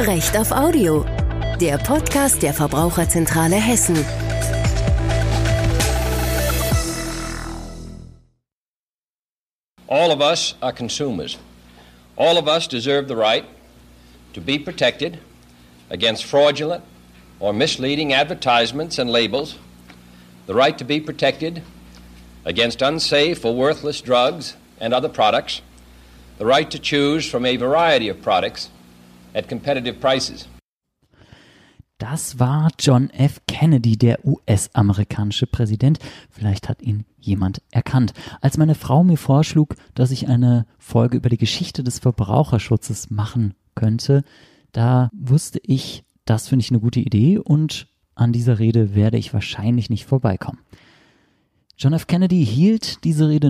Recht auf Audio, der Podcast der Verbraucherzentrale Hessen. All of us are consumers. All of us deserve the right to be protected against fraudulent or misleading advertisements and labels, the right to be protected against unsafe or worthless drugs and other products, the right to choose from a variety of products at competitive prices. Das war John F. Kennedy, der US-amerikanische Präsident. Vielleicht hat ihn jemand erkannt. Als meine Frau mir vorschlug, dass ich eine Folge über die Geschichte des Verbraucherschutzes machen könnte, da wusste ich, das finde ich eine gute Idee und an dieser Rede werde ich wahrscheinlich nicht vorbeikommen. John F. Kennedy hielt diese Rede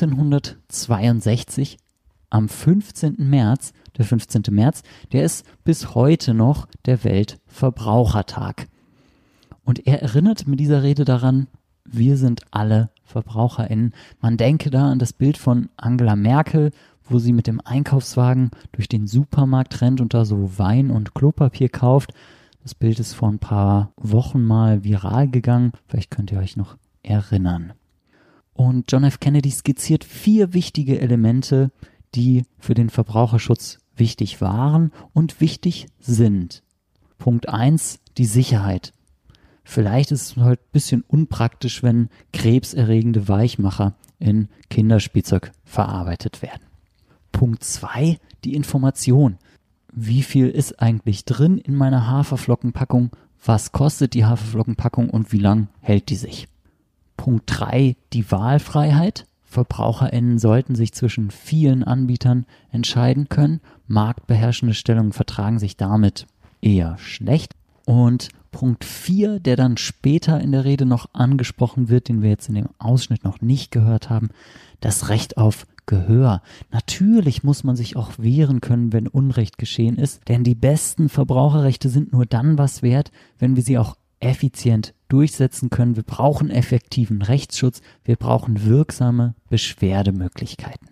1962 am 15. März. Der 15. März, der ist bis heute noch der Weltverbrauchertag. Und er erinnert mit dieser Rede daran, wir sind alle VerbraucherInnen. Man denke da an das Bild von Angela Merkel, wo sie mit dem Einkaufswagen durch den Supermarkt rennt und da so Wein und Klopapier kauft. Das Bild ist vor ein paar Wochen mal viral gegangen. Vielleicht könnt ihr euch noch erinnern. Und John F. Kennedy skizziert 4 wichtige Elemente, die für den Verbraucherschutz wichtig waren und wichtig sind. Punkt 1, die Sicherheit. Vielleicht ist es heute ein bisschen unpraktisch, wenn krebserregende Weichmacher in Kinderspielzeug verarbeitet werden. Punkt 2, die Information. Wie viel ist eigentlich drin in meiner Haferflockenpackung? Was kostet die Haferflockenpackung und wie lang hält die sich? Punkt 3, die Wahlfreiheit. VerbraucherInnen sollten sich zwischen vielen Anbietern entscheiden können. Marktbeherrschende Stellungen vertragen sich damit eher schlecht. Und Punkt 4, der dann später in der Rede noch angesprochen wird, den wir jetzt in dem Ausschnitt noch nicht gehört haben, das Recht auf Gehör. Natürlich muss man sich auch wehren können, wenn Unrecht geschehen ist, denn die besten Verbraucherrechte sind nur dann was wert, wenn wir sie auch effizient durchsetzen können. Wir brauchen effektiven Rechtsschutz, wir brauchen wirksame Beschwerdemöglichkeiten.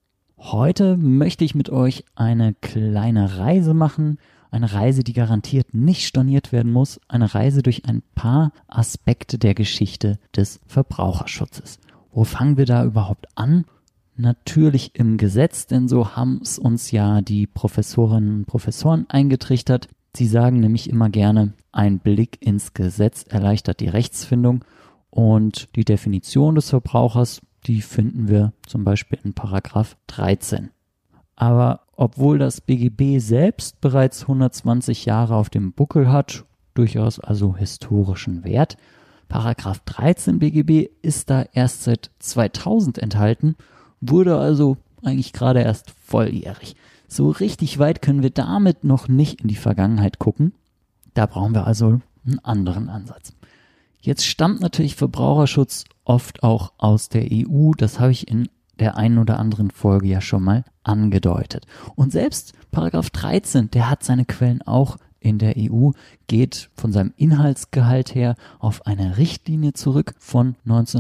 Heute möchte ich mit euch eine kleine Reise machen, eine Reise, die garantiert nicht storniert werden muss, eine Reise durch ein paar Aspekte der Geschichte des Verbraucherschutzes. Wo fangen wir da überhaupt an? Natürlich im Gesetz, denn so haben es uns ja die Professorinnen und Professoren eingetrichtert. Sie sagen nämlich immer gerne, ein Blick ins Gesetz erleichtert die Rechtsfindung und die Definition des Verbrauchers, die finden wir zum Beispiel in Paragraph 13. Aber obwohl das BGB selbst bereits 120 Jahre auf dem Buckel hat, durchaus also historischen Wert, Paragraph 13 BGB ist da erst seit 2000 enthalten, wurde also eigentlich gerade erst volljährig. So richtig weit können wir damit noch nicht in die Vergangenheit gucken. Da brauchen wir also einen anderen Ansatz. Jetzt stammt natürlich Verbraucherschutz oft auch aus der EU. Das habe ich in der einen oder anderen Folge ja schon mal angedeutet. Und selbst Paragraph 13, der hat seine Quellen auch in der EU, geht von seinem Inhaltsgehalt her auf eine Richtlinie zurück von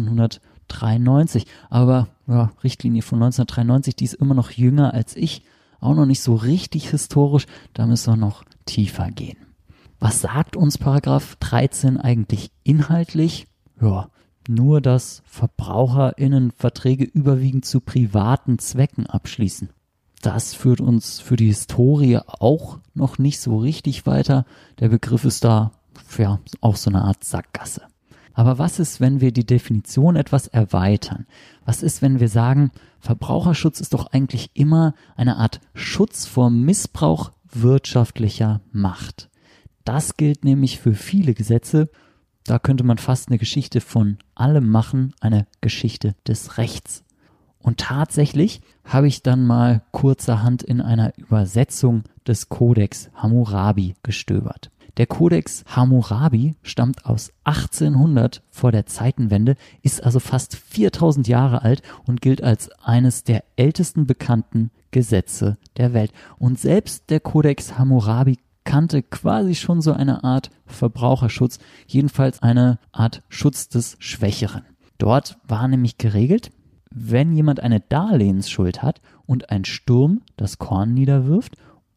1993. Aber ja, Richtlinie von 1993, die ist immer noch jünger als ich. Auch noch nicht so richtig historisch, da müssen wir noch tiefer gehen. Was sagt uns Paragraph 13 eigentlich inhaltlich? Ja, nur, dass VerbraucherInnen Verträge überwiegend zu privaten Zwecken abschließen. Das führt uns für die Historie auch noch nicht so richtig weiter. Der Begriff ist da ja auch so eine Art Sackgasse. Aber was ist, wenn wir die Definition etwas erweitern? Was ist, wenn wir sagen, Verbraucherschutz ist doch eigentlich immer eine Art Schutz vor Missbrauch wirtschaftlicher Macht? Das gilt nämlich für viele Gesetze. Da könnte man fast eine Geschichte von allem machen, eine Geschichte des Rechts. Und tatsächlich habe ich dann mal kurzerhand in einer Übersetzung des Kodex Hammurabi gestöbert. Der Kodex Hammurabi stammt aus 1800 vor der Zeitenwende, ist also fast 4000 Jahre alt und gilt als eines der ältesten bekannten Gesetze der Welt. Und selbst der Kodex Hammurabi kannte quasi schon so eine Art Verbraucherschutz, jedenfalls eine Art Schutz des Schwächeren. Dort war nämlich geregelt, wenn jemand eine Darlehensschuld hat und ein Sturm das Korn niederwirft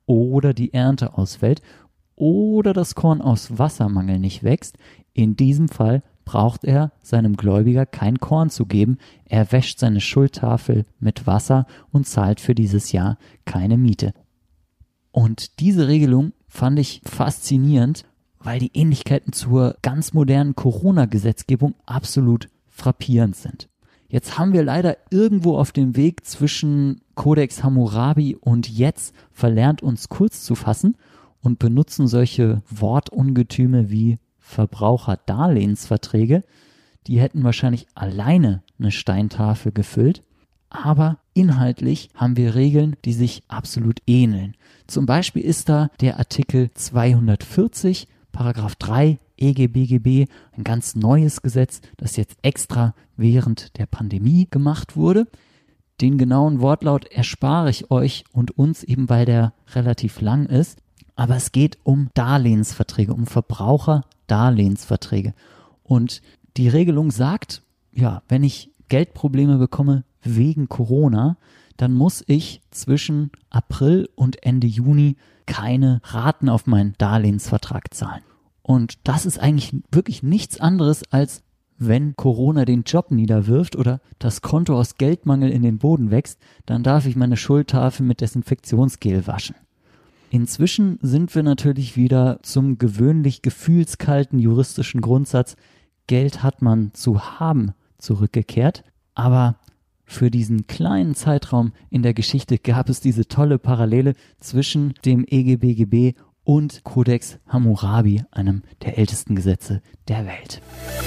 oder die Ernte ausfällt oder das Korn aus Wassermangel nicht wächst. In diesem Fall braucht er seinem Gläubiger kein Korn zu geben. Er wäscht seine Schuldtafel mit Wasser und zahlt für dieses Jahr keine Miete. Und diese Regelung fand ich faszinierend, weil die Ähnlichkeiten zur ganz modernen Corona-Gesetzgebung absolut frappierend sind. Jetzt haben wir leider irgendwo auf dem Weg zwischen Codex Hammurabi und jetzt verlernt, uns kurz zu fassen und benutzen solche Wortungetüme wie Verbraucherdarlehensverträge. Die hätten wahrscheinlich alleine eine Steintafel gefüllt. Aber inhaltlich haben wir Regeln, die sich absolut ähneln. Zum Beispiel ist da der Artikel 240, Paragraph 3 EGBGB, ein ganz neues Gesetz, das jetzt extra während der Pandemie gemacht wurde. Den genauen Wortlaut erspare ich euch und uns eben, weil der relativ lang ist. Aber es geht um Darlehensverträge, um Verbraucherdarlehensverträge. Und die Regelung sagt, ja, wenn ich Geldprobleme bekomme wegen Corona, dann muss ich zwischen April und Ende Juni keine Raten auf meinen Darlehensvertrag zahlen. Und das ist eigentlich wirklich nichts anderes, als wenn Corona den Job niederwirft oder das Konto aus Geldmangel in den Boden wächst, dann darf ich meine Schuldtafel mit Desinfektionsgel waschen. Inzwischen sind wir natürlich wieder zum gewöhnlich gefühlskalten juristischen Grundsatz, Geld hat man zu haben, zurückgekehrt. Aber für diesen kleinen Zeitraum in der Geschichte gab es diese tolle Parallele zwischen dem EGBGB und Codex Hammurabi, einem der ältesten Gesetze der Welt.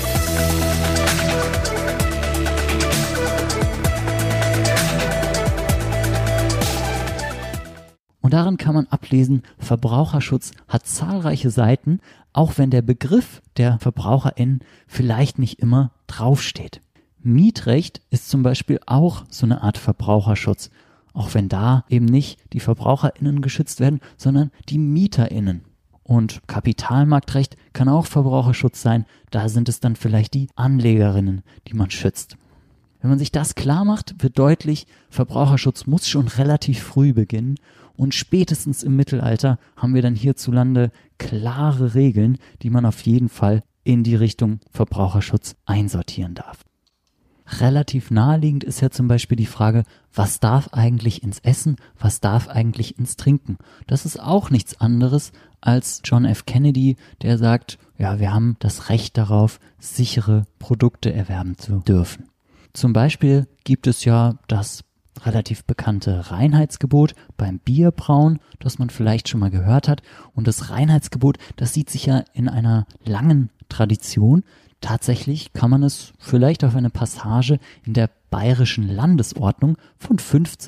Und daran kann man ablesen, Verbraucherschutz hat zahlreiche Seiten, auch wenn der Begriff der VerbraucherInnen vielleicht nicht immer draufsteht. Mietrecht ist zum Beispiel auch so eine Art Verbraucherschutz, auch wenn da eben nicht die VerbraucherInnen geschützt werden, sondern die MieterInnen. Und Kapitalmarktrecht kann auch Verbraucherschutz sein, da sind es dann vielleicht die AnlegerInnen, die man schützt. Wenn man sich das klar macht, wird deutlich, Verbraucherschutz muss schon relativ früh beginnen und spätestens im Mittelalter haben wir dann hierzulande klare Regeln, die man auf jeden Fall in die Richtung Verbraucherschutz einsortieren darf. Relativ naheliegend ist ja zum Beispiel die Frage, was darf eigentlich ins Essen, was darf eigentlich ins Trinken? Das ist auch nichts anderes als John F. Kennedy, der sagt, ja, wir haben das Recht darauf, sichere Produkte erwerben zu dürfen. Zum Beispiel gibt es ja das relativ bekannte Reinheitsgebot beim Bierbrauen, das man vielleicht schon mal gehört hat. Und das Reinheitsgebot, das sieht sich ja in einer langen Tradition. Tatsächlich kann man es vielleicht auf eine Passage in der Bayerischen Landesordnung von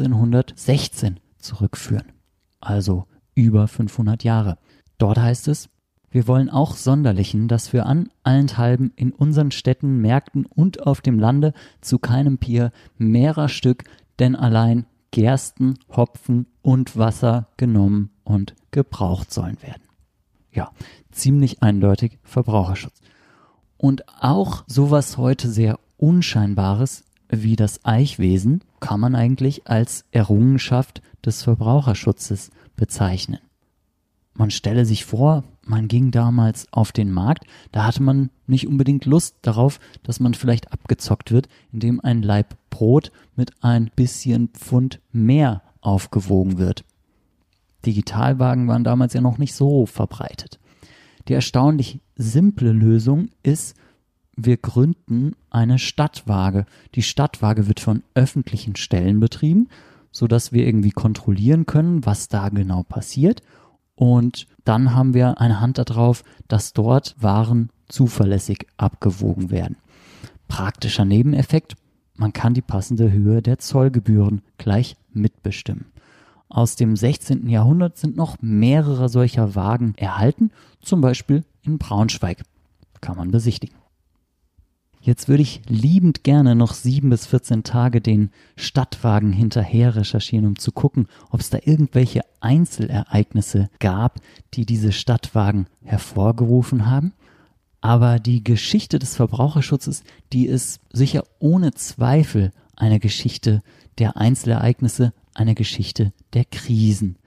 1516 zurückführen. Also über 500 Jahre. Dort heißt es, wir wollen auch sonderlichen, dass wir an allenthalben in unseren Städten, Märkten und auf dem Lande zu keinem Bier mehrer Stück, denn allein Gersten, Hopfen und Wasser genommen und gebraucht sollen werden. Ja, ziemlich eindeutig Verbraucherschutz. Und auch sowas heute sehr Unscheinbares wie das Eichwesen kann man eigentlich als Errungenschaft des Verbraucherschutzes bezeichnen. Man stelle sich vor, man ging damals auf den Markt, da hatte man nicht unbedingt Lust darauf, dass man vielleicht abgezockt wird, indem ein Laib Brot mit ein bisschen Pfund mehr aufgewogen wird. Digitalwagen waren damals ja noch nicht so verbreitet. Die erstaunlich simple Lösung ist, wir gründen eine Stadtwaage. Die Stadtwaage wird von öffentlichen Stellen betrieben, sodass wir irgendwie kontrollieren können, was da genau passiert. Und dann haben wir eine Hand darauf, dass dort Waren zuverlässig abgewogen werden. Praktischer Nebeneffekt, man kann die passende Höhe der Zollgebühren gleich mitbestimmen. Aus dem 16. Jahrhundert sind noch mehrere solcher Wagen erhalten, zum Beispiel in Braunschweig. Kann man besichtigen. Jetzt würde ich liebend gerne noch 7 bis 14 Tage den Stadtwagen hinterher recherchieren, um zu gucken, ob es da irgendwelche Einzelereignisse gab, die diese Stadtwagen hervorgerufen haben. Aber die Geschichte des Verbraucherschutzes, die ist sicher ohne Zweifel eine Geschichte der Einzelereignisse, eine Geschichte der Krisen.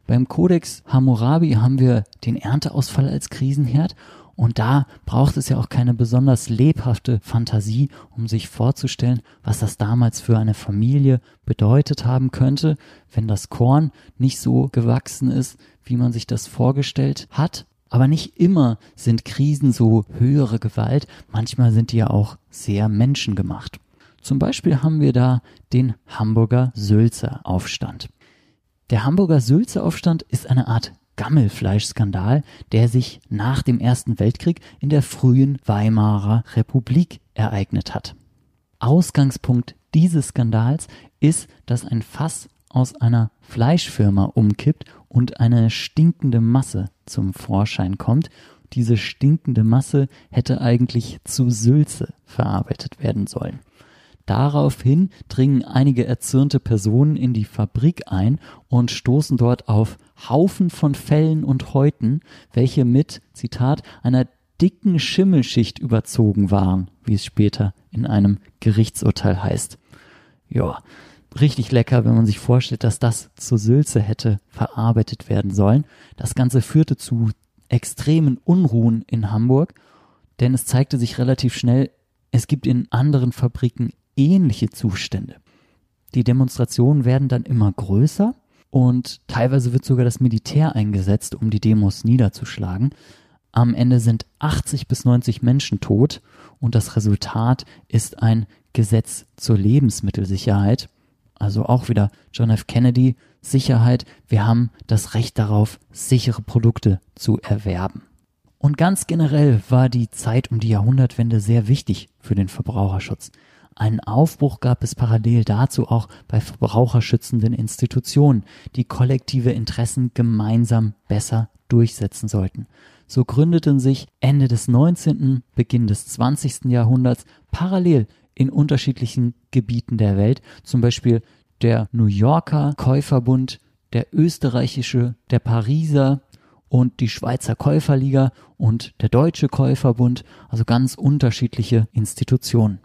Beim Codex Hammurabi haben wir den Ernteausfall als Krisenherd und da braucht es ja auch keine besonders lebhafte Fantasie, um sich vorzustellen, was das damals für eine Familie bedeutet haben könnte, wenn das Korn nicht so gewachsen ist, wie man sich das vorgestellt hat. Aber nicht immer sind Krisen so höhere Gewalt, manchmal sind die ja auch sehr menschengemacht. Zum Beispiel haben wir da den Hamburger Sülzer Aufstand. Der Hamburger Sülzer Aufstand ist eine Art Gammelfleischskandal, der sich nach dem Ersten Weltkrieg in der frühen Weimarer Republik ereignet hat. Ausgangspunkt dieses Skandals ist, dass ein Fass aus einer Fleischfirma umkippt und eine stinkende Masse zum Vorschein kommt. Diese stinkende Masse hätte eigentlich zu Sülze verarbeitet werden sollen. Daraufhin dringen einige erzürnte Personen in die Fabrik ein und stoßen dort auf Haufen von Fellen und Häuten, welche mit, Zitat, einer dicken Schimmelschicht überzogen waren, wie es später in einem Gerichtsurteil heißt. Ja, richtig lecker, wenn man sich vorstellt, dass das zu Sülze hätte verarbeitet werden sollen. Das Ganze führte zu extremen Unruhen in Hamburg, denn es zeigte sich relativ schnell, es gibt in anderen Fabriken ähnliche Zustände. Die Demonstrationen werden dann immer größer und teilweise wird sogar das Militär eingesetzt, um die Demos niederzuschlagen. Am Ende sind 80 bis 90 Menschen tot und das Resultat ist ein Gesetz zur Lebensmittelsicherheit. Also auch wieder John F. Kennedy, Sicherheit, wir haben das Recht darauf, sichere Produkte zu erwerben. Und ganz generell war die Zeit um die Jahrhundertwende sehr wichtig für den Verbraucherschutz. Einen Aufbruch gab es parallel dazu auch bei verbraucherschützenden Institutionen, die kollektive Interessen gemeinsam besser durchsetzen sollten. So gründeten sich Ende des 19., Beginn des 20. Jahrhunderts parallel in unterschiedlichen Gebieten der Welt, zum Beispiel der New Yorker Käuferbund, der österreichische, der Pariser und die Schweizer Käuferliga und der Deutsche Käuferbund, also ganz unterschiedliche Institutionen.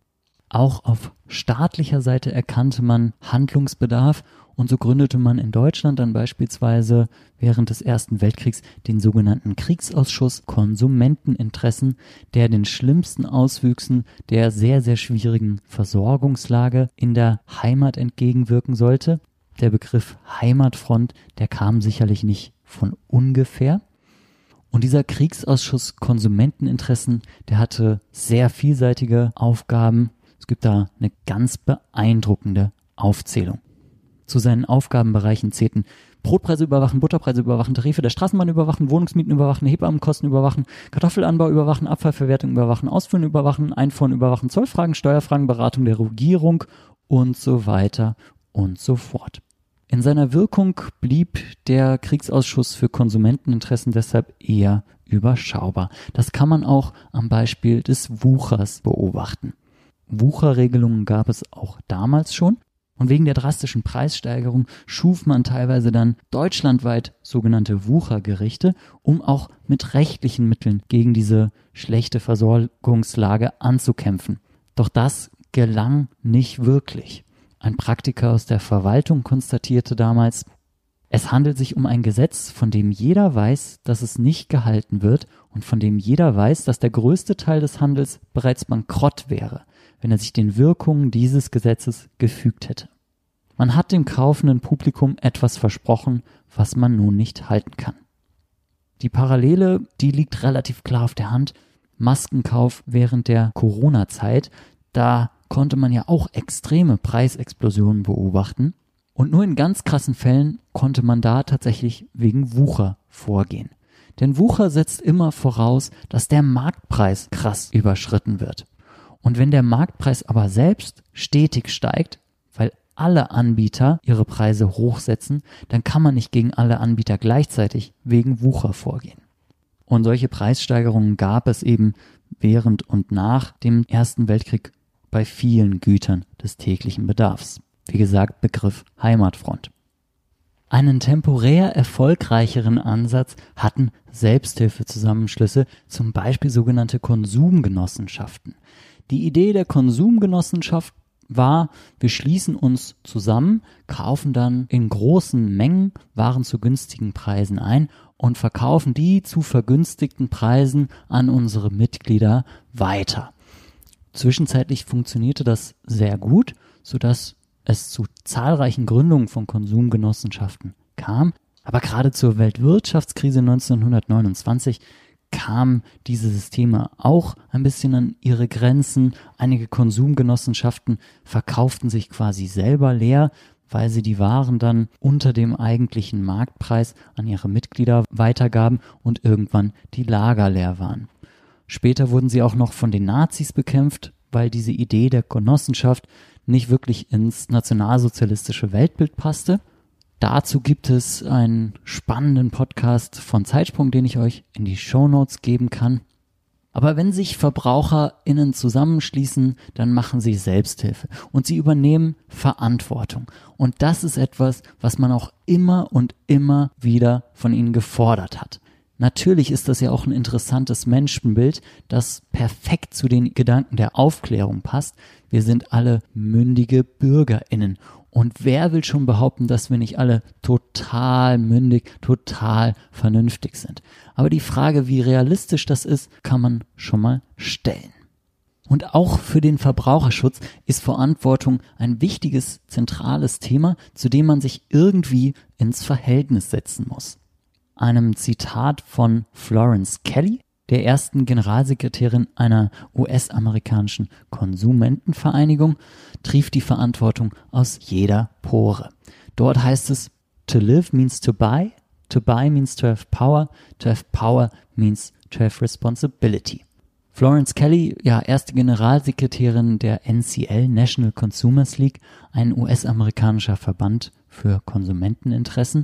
Auch auf staatlicher Seite erkannte man Handlungsbedarf und so gründete man in Deutschland dann beispielsweise während des Ersten Weltkriegs den sogenannten Kriegsausschuss Konsumenteninteressen, der den schlimmsten Auswüchsen der sehr, sehr schwierigen Versorgungslage in der Heimat entgegenwirken sollte. Der Begriff Heimatfront, der kam sicherlich nicht von ungefähr. Und dieser Kriegsausschuss Konsumenteninteressen, der hatte sehr vielseitige Aufgaben. Es gibt da eine ganz beeindruckende Aufzählung. Zu seinen Aufgabenbereichen zählten Brotpreise überwachen, Butterpreise überwachen, Tarife der Straßenbahn überwachen, Wohnungsmieten überwachen, Hebammenkosten überwachen, Kartoffelanbau überwachen, Abfallverwertung überwachen, Ausfuhren überwachen, Einfuhren überwachen, Zollfragen, Steuerfragen, Beratung der Regierung und so weiter und so fort. In seiner Wirkung blieb der Kriegsausschuss für Konsumenteninteressen deshalb eher überschaubar. Das kann man auch am Beispiel des Wuchers beobachten. Wucherregelungen gab es auch damals schon und wegen der drastischen Preissteigerung schuf man teilweise dann deutschlandweit sogenannte Wuchergerichte, um auch mit rechtlichen Mitteln gegen diese schlechte Versorgungslage anzukämpfen. Doch das gelang nicht wirklich. Ein Praktiker aus der Verwaltung konstatierte damals, es handelt sich um ein Gesetz, von dem jeder weiß, dass es nicht gehalten wird und von dem jeder weiß, dass der größte Teil des Handels bereits bankrott wäre, wenn er sich den Wirkungen dieses Gesetzes gefügt hätte. Man hat dem kaufenden Publikum etwas versprochen, was man nun nicht halten kann. Die Parallele, die liegt relativ klar auf der Hand. Maskenkauf während der Corona-Zeit, da konnte man ja auch extreme Preisexplosionen beobachten. Und nur in ganz krassen Fällen konnte man da tatsächlich wegen Wucher vorgehen. Denn Wucher setzt immer voraus, dass der Marktpreis krass überschritten wird. Und wenn der Marktpreis aber selbst stetig steigt, weil alle Anbieter ihre Preise hochsetzen, dann kann man nicht gegen alle Anbieter gleichzeitig wegen Wucher vorgehen. Und solche Preissteigerungen gab es eben während und nach dem Ersten Weltkrieg bei vielen Gütern des täglichen Bedarfs. Wie gesagt, Begriff Heimatfront. Einen temporär erfolgreicheren Ansatz hatten Selbsthilfezusammenschlüsse, zum Beispiel sogenannte Konsumgenossenschaften. Die Idee der Konsumgenossenschaft war, wir schließen uns zusammen, kaufen dann in großen Mengen Waren zu günstigen Preisen ein und verkaufen die zu vergünstigten Preisen an unsere Mitglieder weiter. Zwischenzeitlich funktionierte das sehr gut, sodass es zu zahlreichen Gründungen von Konsumgenossenschaften kam. Aber gerade zur Weltwirtschaftskrise 1929 kamen diese Systeme auch ein bisschen an ihre Grenzen. Einige Konsumgenossenschaften verkauften sich quasi selber leer, weil sie die Waren dann unter dem eigentlichen Marktpreis an ihre Mitglieder weitergaben und irgendwann die Lager leer waren. Später wurden sie auch noch von den Nazis bekämpft, weil diese Idee der Genossenschaft nicht wirklich ins nationalsozialistische Weltbild passte. Dazu gibt es einen spannenden Podcast von Zeitsprung, den ich euch in die Shownotes geben kann. Aber wenn sich VerbraucherInnen zusammenschließen, dann machen sie Selbsthilfe und sie übernehmen Verantwortung. Und das ist etwas, was man auch immer und immer wieder von ihnen gefordert hat. Natürlich ist das ja auch ein interessantes Menschenbild, das perfekt zu den Gedanken der Aufklärung passt. Wir sind alle mündige BürgerInnen. Und wer will schon behaupten, dass wir nicht alle total mündig, total vernünftig sind? Aber die Frage, wie realistisch das ist, kann man schon mal stellen. Und auch für den Verbraucherschutz ist Verantwortung ein wichtiges, zentrales Thema, zu dem man sich irgendwie ins Verhältnis setzen muss. Einem Zitat von Florence Kelly, der ersten Generalsekretärin einer US-amerikanischen Konsumentenvereinigung, trieft die Verantwortung aus jeder Pore. Dort heißt es, to live means to buy means to have power means to have responsibility. Florence Kelly, erste Generalsekretärin der NCL, National Consumers League, ein US-amerikanischer Verband für Konsumenteninteressen.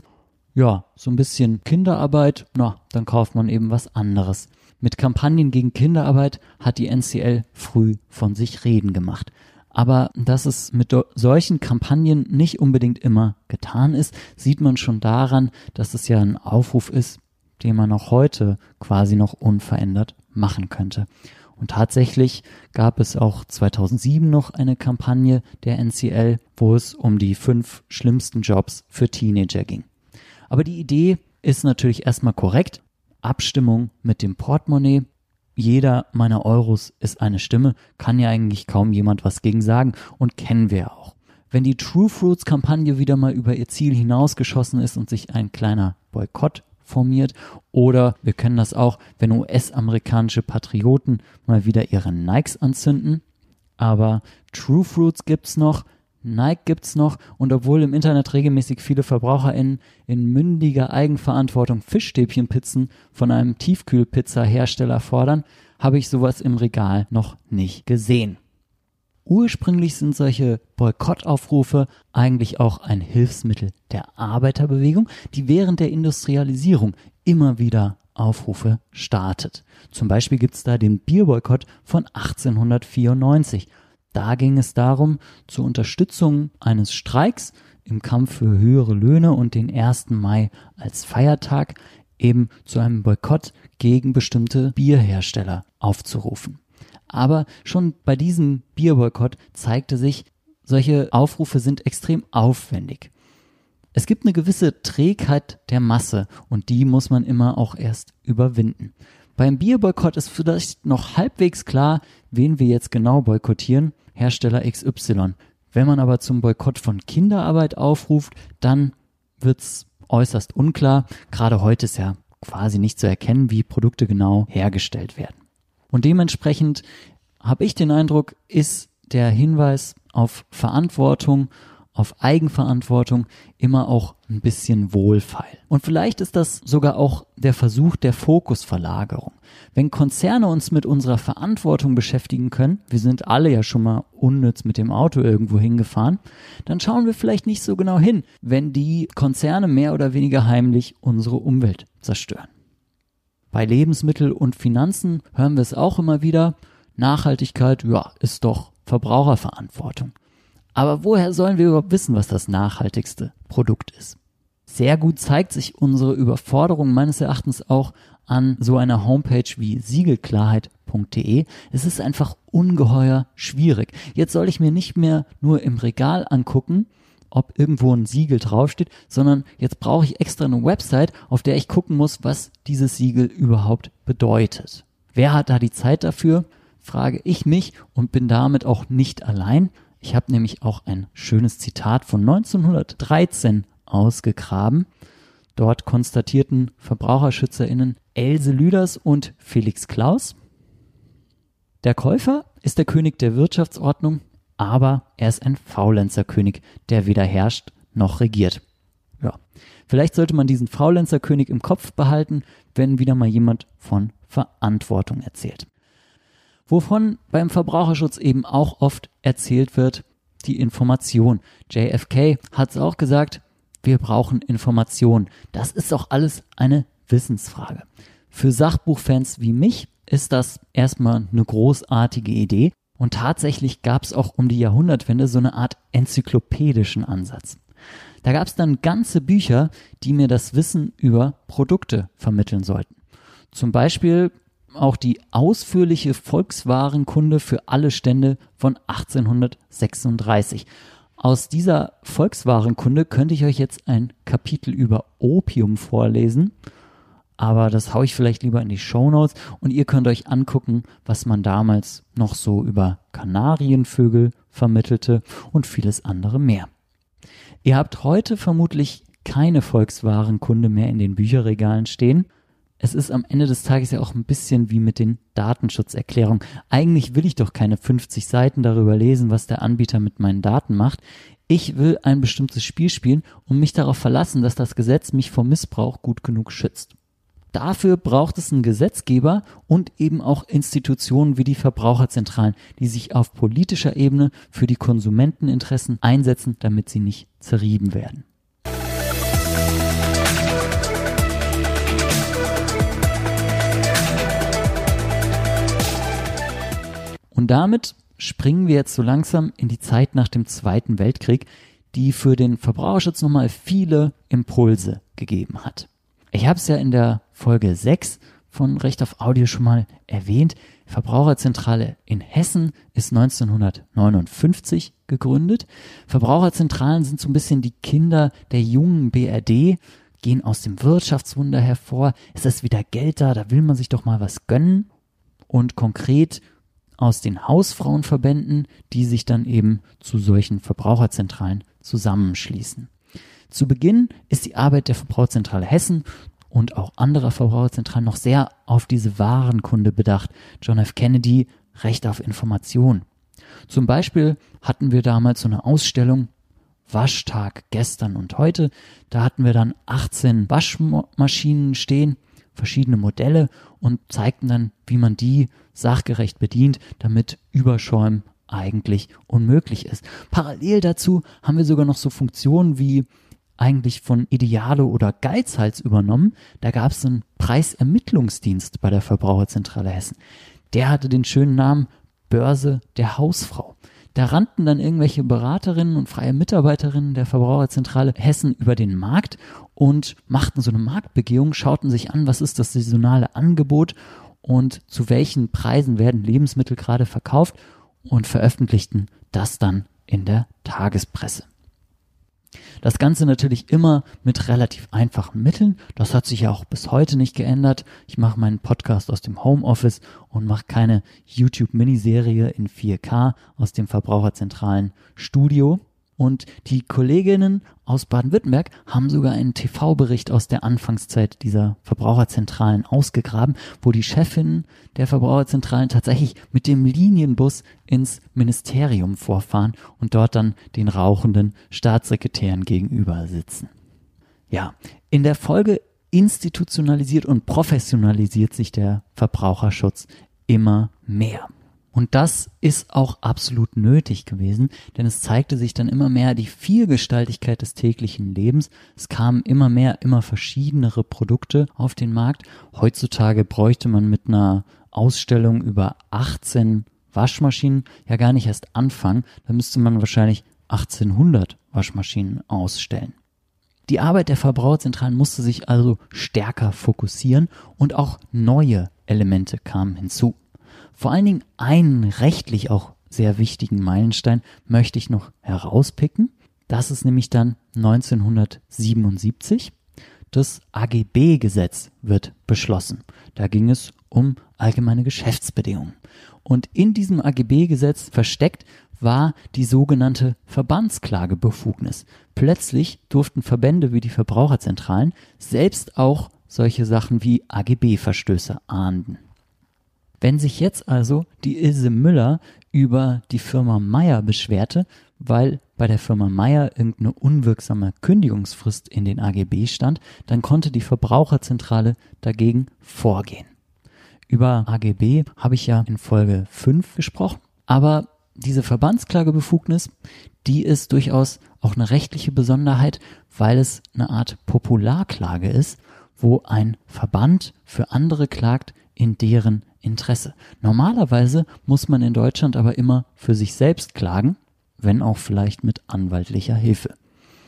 So ein bisschen Kinderarbeit, dann kauft man eben was anderes. Mit Kampagnen gegen Kinderarbeit hat die NCL früh von sich reden gemacht. Aber dass es mit solchen Kampagnen nicht unbedingt immer getan ist, sieht man schon daran, dass es ja ein Aufruf ist, den man auch heute quasi noch unverändert machen könnte. Und tatsächlich gab es auch 2007 noch eine Kampagne der NCL, wo es um die 5 schlimmsten Jobs für Teenager ging. Aber die Idee ist natürlich erstmal korrekt. Abstimmung mit dem Portemonnaie. Jeder meiner Euros ist eine Stimme, kann ja eigentlich kaum jemand was gegen sagen und kennen wir auch. Wenn die True Fruits Kampagne wieder mal über ihr Ziel hinausgeschossen ist und sich ein kleiner Boykott formiert, oder wir kennen das auch, wenn US-amerikanische Patrioten mal wieder ihre Nikes anzünden, aber True Fruits gibt's noch, Nike gibt's noch, und obwohl im Internet regelmäßig viele VerbraucherInnen in mündiger Eigenverantwortung Fischstäbchenpizzen von einem Tiefkühlpizza-Hersteller fordern, habe ich sowas im Regal noch nicht gesehen. Ursprünglich sind solche Boykottaufrufe eigentlich auch ein Hilfsmittel der Arbeiterbewegung, die während der Industrialisierung immer wieder Aufrufe startet. Zum Beispiel gibt's da den Bierboykott von 1894. Da ging es darum, zur Unterstützung eines Streiks im Kampf für höhere Löhne und den 1. Mai als Feiertag eben zu einem Boykott gegen bestimmte Bierhersteller aufzurufen. Aber schon bei diesem Bierboykott zeigte sich, solche Aufrufe sind extrem aufwendig. Es gibt eine gewisse Trägheit der Masse und die muss man immer auch erst überwinden. Beim Bierboykott ist vielleicht noch halbwegs klar, wen wir jetzt genau boykottieren, Hersteller XY. Wenn man aber zum Boykott von Kinderarbeit aufruft, dann wird's äußerst unklar. Gerade heute ist ja quasi nicht zu erkennen, wie Produkte genau hergestellt werden. Und dementsprechend habe ich den Eindruck, ist der Hinweis auf Verantwortung, auf Eigenverantwortung immer auch ein bisschen wohlfeil. Und vielleicht ist das sogar auch der Versuch der Fokusverlagerung. Wenn Konzerne uns mit unserer Verantwortung beschäftigen können, wir sind alle ja schon mal unnütz mit dem Auto irgendwo hingefahren, dann schauen wir vielleicht nicht so genau hin, wenn die Konzerne mehr oder weniger heimlich unsere Umwelt zerstören. Bei Lebensmittel und Finanzen hören wir es auch immer wieder, Nachhaltigkeit, ist doch Verbraucherverantwortung. Aber woher sollen wir überhaupt wissen, was das nachhaltigste Produkt ist? Sehr gut zeigt sich unsere Überforderung meines Erachtens auch an so einer Homepage wie siegelklarheit.de. Es ist einfach ungeheuer schwierig. Jetzt soll ich mir nicht mehr nur im Regal angucken, ob irgendwo ein Siegel draufsteht, sondern jetzt brauche ich extra eine Website, auf der ich gucken muss, was dieses Siegel überhaupt bedeutet. Wer hat da die Zeit dafür, frage ich mich und bin damit auch nicht allein. Ich habe nämlich auch ein schönes Zitat von 1913 ausgegraben. Dort konstatierten VerbraucherschützerInnen Else Lüders und Felix Klaus: Der Käufer ist der König der Wirtschaftsordnung, aber er ist ein Faulenzerkönig, der weder herrscht noch regiert. Ja, vielleicht sollte man diesen Faulenzerkönig im Kopf behalten, wenn wieder mal jemand von Verantwortung erzählt. Wovon beim Verbraucherschutz eben auch oft erzählt wird, die Information. JFK hat es auch gesagt, wir brauchen Information. Das ist auch alles eine Wissensfrage. Für Sachbuchfans wie mich ist das erstmal eine großartige Idee. Und tatsächlich gab es auch um die Jahrhundertwende so eine Art enzyklopädischen Ansatz. Da gab es dann ganze Bücher, die mir das Wissen über Produkte vermitteln sollten. Zum Beispiel auch die ausführliche Volkswarenkunde für alle Stände von 1836. Aus dieser Volkswarenkunde könnte ich euch jetzt ein Kapitel über Opium vorlesen. Aber das haue ich vielleicht lieber in die Shownotes und ihr könnt euch angucken, was man damals noch so über Kanarienvögel vermittelte und vieles andere mehr. Ihr habt heute vermutlich keine Volkswarenkunde mehr in den Bücherregalen stehen. Es ist am Ende des Tages ja auch ein bisschen wie mit den Datenschutzerklärungen. Eigentlich will ich doch keine 50 Seiten darüber lesen, was der Anbieter mit meinen Daten macht. Ich will ein bestimmtes Spiel spielen und mich darauf verlassen, dass das Gesetz mich vor Missbrauch gut genug schützt. Dafür braucht es einen Gesetzgeber und eben auch Institutionen wie die Verbraucherzentralen, die sich auf politischer Ebene für die Konsumenteninteressen einsetzen, damit sie nicht zerrieben werden. Und damit springen wir jetzt so langsam in die Zeit nach dem Zweiten Weltkrieg, die für den Verbraucherschutz nochmal viele Impulse gegeben hat. Ich habe es ja in der Folge 6 von Recht auf Audio schon mal erwähnt. Verbraucherzentrale in Hessen ist 1959 gegründet. Verbraucherzentralen sind so ein bisschen die Kinder der jungen BRD, gehen aus dem Wirtschaftswunder hervor. Es ist wieder Geld da will man sich doch mal was gönnen. Und konkret aus den Hausfrauenverbänden, die sich dann eben zu solchen Verbraucherzentralen zusammenschließen. Zu Beginn ist die Arbeit der Verbraucherzentrale Hessen und auch anderer Verbraucherzentralen noch sehr auf diese Warenkunde bedacht. John F. Kennedy, Recht auf Information. Zum Beispiel hatten wir damals so eine Ausstellung, Waschtag gestern und heute. Da hatten wir dann 18 Waschmaschinen stehen, verschiedene Modelle und zeigten dann, wie man die sachgerecht bedient, damit Überschäumen eigentlich unmöglich ist. Parallel dazu haben wir sogar noch so Funktionen wie eigentlich von Idealo oder Geizhals übernommen. Da gab es einen Preisermittlungsdienst bei der Verbraucherzentrale Hessen. Der hatte den schönen Namen Börse der Hausfrau. Da rannten dann irgendwelche Beraterinnen und freie Mitarbeiterinnen der Verbraucherzentrale Hessen über den Markt und machten so eine Marktbegehung, schauten sich an, was ist das saisonale Angebot und zu welchen Preisen werden Lebensmittel gerade verkauft und veröffentlichten das dann in der Tagespresse. Das Ganze natürlich immer mit relativ einfachen Mitteln. Das hat sich ja auch bis heute nicht geändert. Ich mache meinen Podcast aus dem Homeoffice und mache keine YouTube-Miniserie in 4K aus dem verbraucherzentralen Studio. Und die Kolleginnen aus Baden-Württemberg haben sogar einen TV-Bericht aus der Anfangszeit dieser Verbraucherzentralen ausgegraben, wo die Chefinnen der Verbraucherzentralen tatsächlich mit dem Linienbus ins Ministerium vorfahren und dort dann den rauchenden Staatssekretären gegenüber sitzen. Ja, in der Folge institutionalisiert und professionalisiert sich der Verbraucherschutz immer mehr. Und das ist auch absolut nötig gewesen, denn es zeigte sich dann immer mehr die Vielgestaltigkeit des täglichen Lebens. Es kamen immer mehr, immer verschiedenere Produkte auf den Markt. Heutzutage bräuchte man mit einer Ausstellung über 18 Waschmaschinen ja gar nicht erst anfangen. Da müsste man wahrscheinlich 1800 Waschmaschinen ausstellen. Die Arbeit der Verbraucherzentralen musste sich also stärker fokussieren und auch neue Elemente kamen hinzu. Vor allen Dingen einen rechtlich auch sehr wichtigen Meilenstein möchte ich noch herauspicken. Das ist nämlich dann 1977. Das AGB-Gesetz wird beschlossen. Da ging es um allgemeine Geschäftsbedingungen. Und in diesem AGB-Gesetz versteckt war die sogenannte Verbandsklagebefugnis. Plötzlich durften Verbände wie die Verbraucherzentralen selbst auch solche Sachen wie AGB-Verstöße ahnden. Wenn sich jetzt also die Ilse Müller über die Firma Meier beschwerte, weil bei der Firma Meier irgendeine unwirksame Kündigungsfrist in den AGB stand, dann konnte die Verbraucherzentrale dagegen vorgehen. Über AGB habe ich ja in Folge 5 gesprochen, aber diese Verbandsklagebefugnis, die ist durchaus auch eine rechtliche Besonderheit, weil es eine Art Popularklage ist, wo ein Verband für andere klagt in deren Interesse. Normalerweise muss man in Deutschland aber immer für sich selbst klagen, wenn auch vielleicht mit anwaltlicher Hilfe.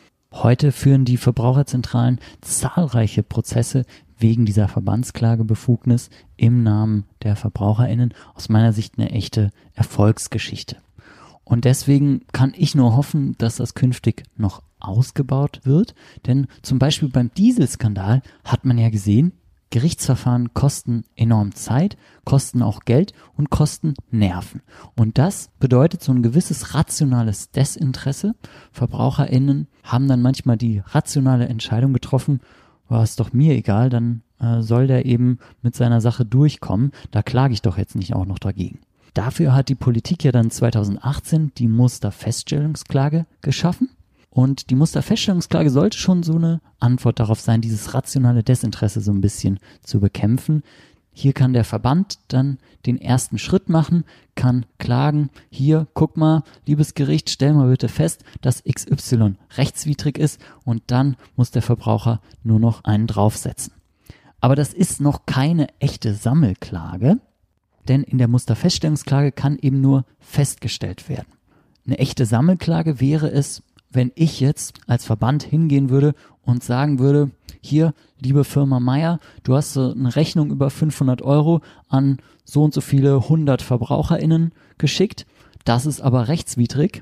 Heute führen die Verbraucherzentralen zahlreiche Prozesse wegen dieser Verbandsklagebefugnis im Namen der VerbraucherInnen. Aus meiner Sicht eine echte Erfolgsgeschichte. Und deswegen kann ich nur hoffen, dass das künftig noch ausgebaut wird. Denn zum Beispiel beim Dieselskandal hat man ja gesehen, Gerichtsverfahren kosten enorm Zeit, kosten auch Geld und kosten Nerven. Und das bedeutet so ein gewisses rationales Desinteresse. VerbraucherInnen haben dann manchmal die rationale Entscheidung getroffen, war es doch mir egal, dann soll der eben mit seiner Sache durchkommen, da klage ich doch jetzt nicht auch noch dagegen. Dafür hat die Politik ja dann 2018 die Musterfeststellungsklage geschaffen. Und die Musterfeststellungsklage sollte schon so eine Antwort darauf sein, dieses rationale Desinteresse so ein bisschen zu bekämpfen. Hier kann der Verband dann den ersten Schritt machen, kann klagen, hier, guck mal, liebes Gericht, stell mal bitte fest, dass XY rechtswidrig ist und dann muss der Verbraucher nur noch einen draufsetzen. Aber das ist noch keine echte Sammelklage, denn in der Musterfeststellungsklage kann eben nur festgestellt werden. Eine echte Sammelklage wäre es, wenn ich jetzt als Verband hingehen würde und sagen würde, hier, liebe Firma Meier, du hast eine Rechnung über 500 € an so und so viele 100 VerbraucherInnen geschickt, das ist aber rechtswidrig.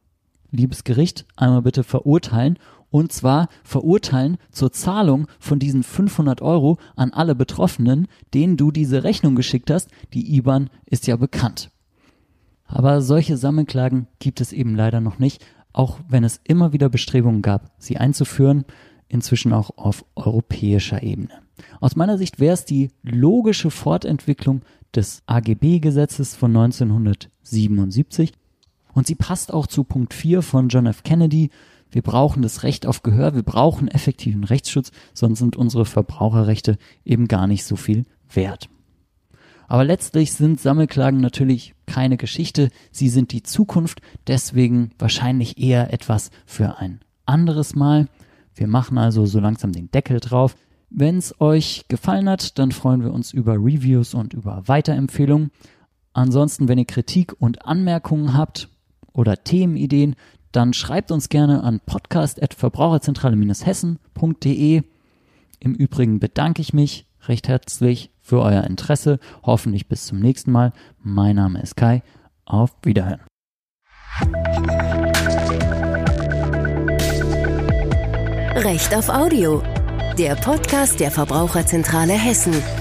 Liebes Gericht, einmal bitte verurteilen, und zwar verurteilen zur Zahlung von diesen 500 € an alle Betroffenen, denen du diese Rechnung geschickt hast. Die IBAN ist ja bekannt. Aber solche Sammelklagen gibt es eben leider noch nicht, auch wenn es immer wieder Bestrebungen gab, sie einzuführen, inzwischen auch auf europäischer Ebene. Aus meiner Sicht wäre es die logische Fortentwicklung des AGB-Gesetzes von 1977 und sie passt auch zu Punkt 4 von John F. Kennedy. Wir brauchen das Recht auf Gehör, wir brauchen effektiven Rechtsschutz, sonst sind unsere Verbraucherrechte eben gar nicht so viel wert. Aber letztlich sind Sammelklagen natürlich keine Geschichte, sie sind die Zukunft, deswegen wahrscheinlich eher etwas für ein anderes Mal. Wir machen also so langsam den Deckel drauf. Wenn es euch gefallen hat, dann freuen wir uns über Reviews und über Weiterempfehlungen. Ansonsten, wenn ihr Kritik und Anmerkungen habt oder Themenideen, dann schreibt uns gerne an podcast@verbraucherzentrale-hessen.de. Im Übrigen bedanke ich mich recht herzlich für euer Interesse. Hoffentlich bis zum nächsten Mal. Mein Name ist Kai. Auf Wiederhören. Recht auf Audio. Der Podcast der Verbraucherzentrale Hessen.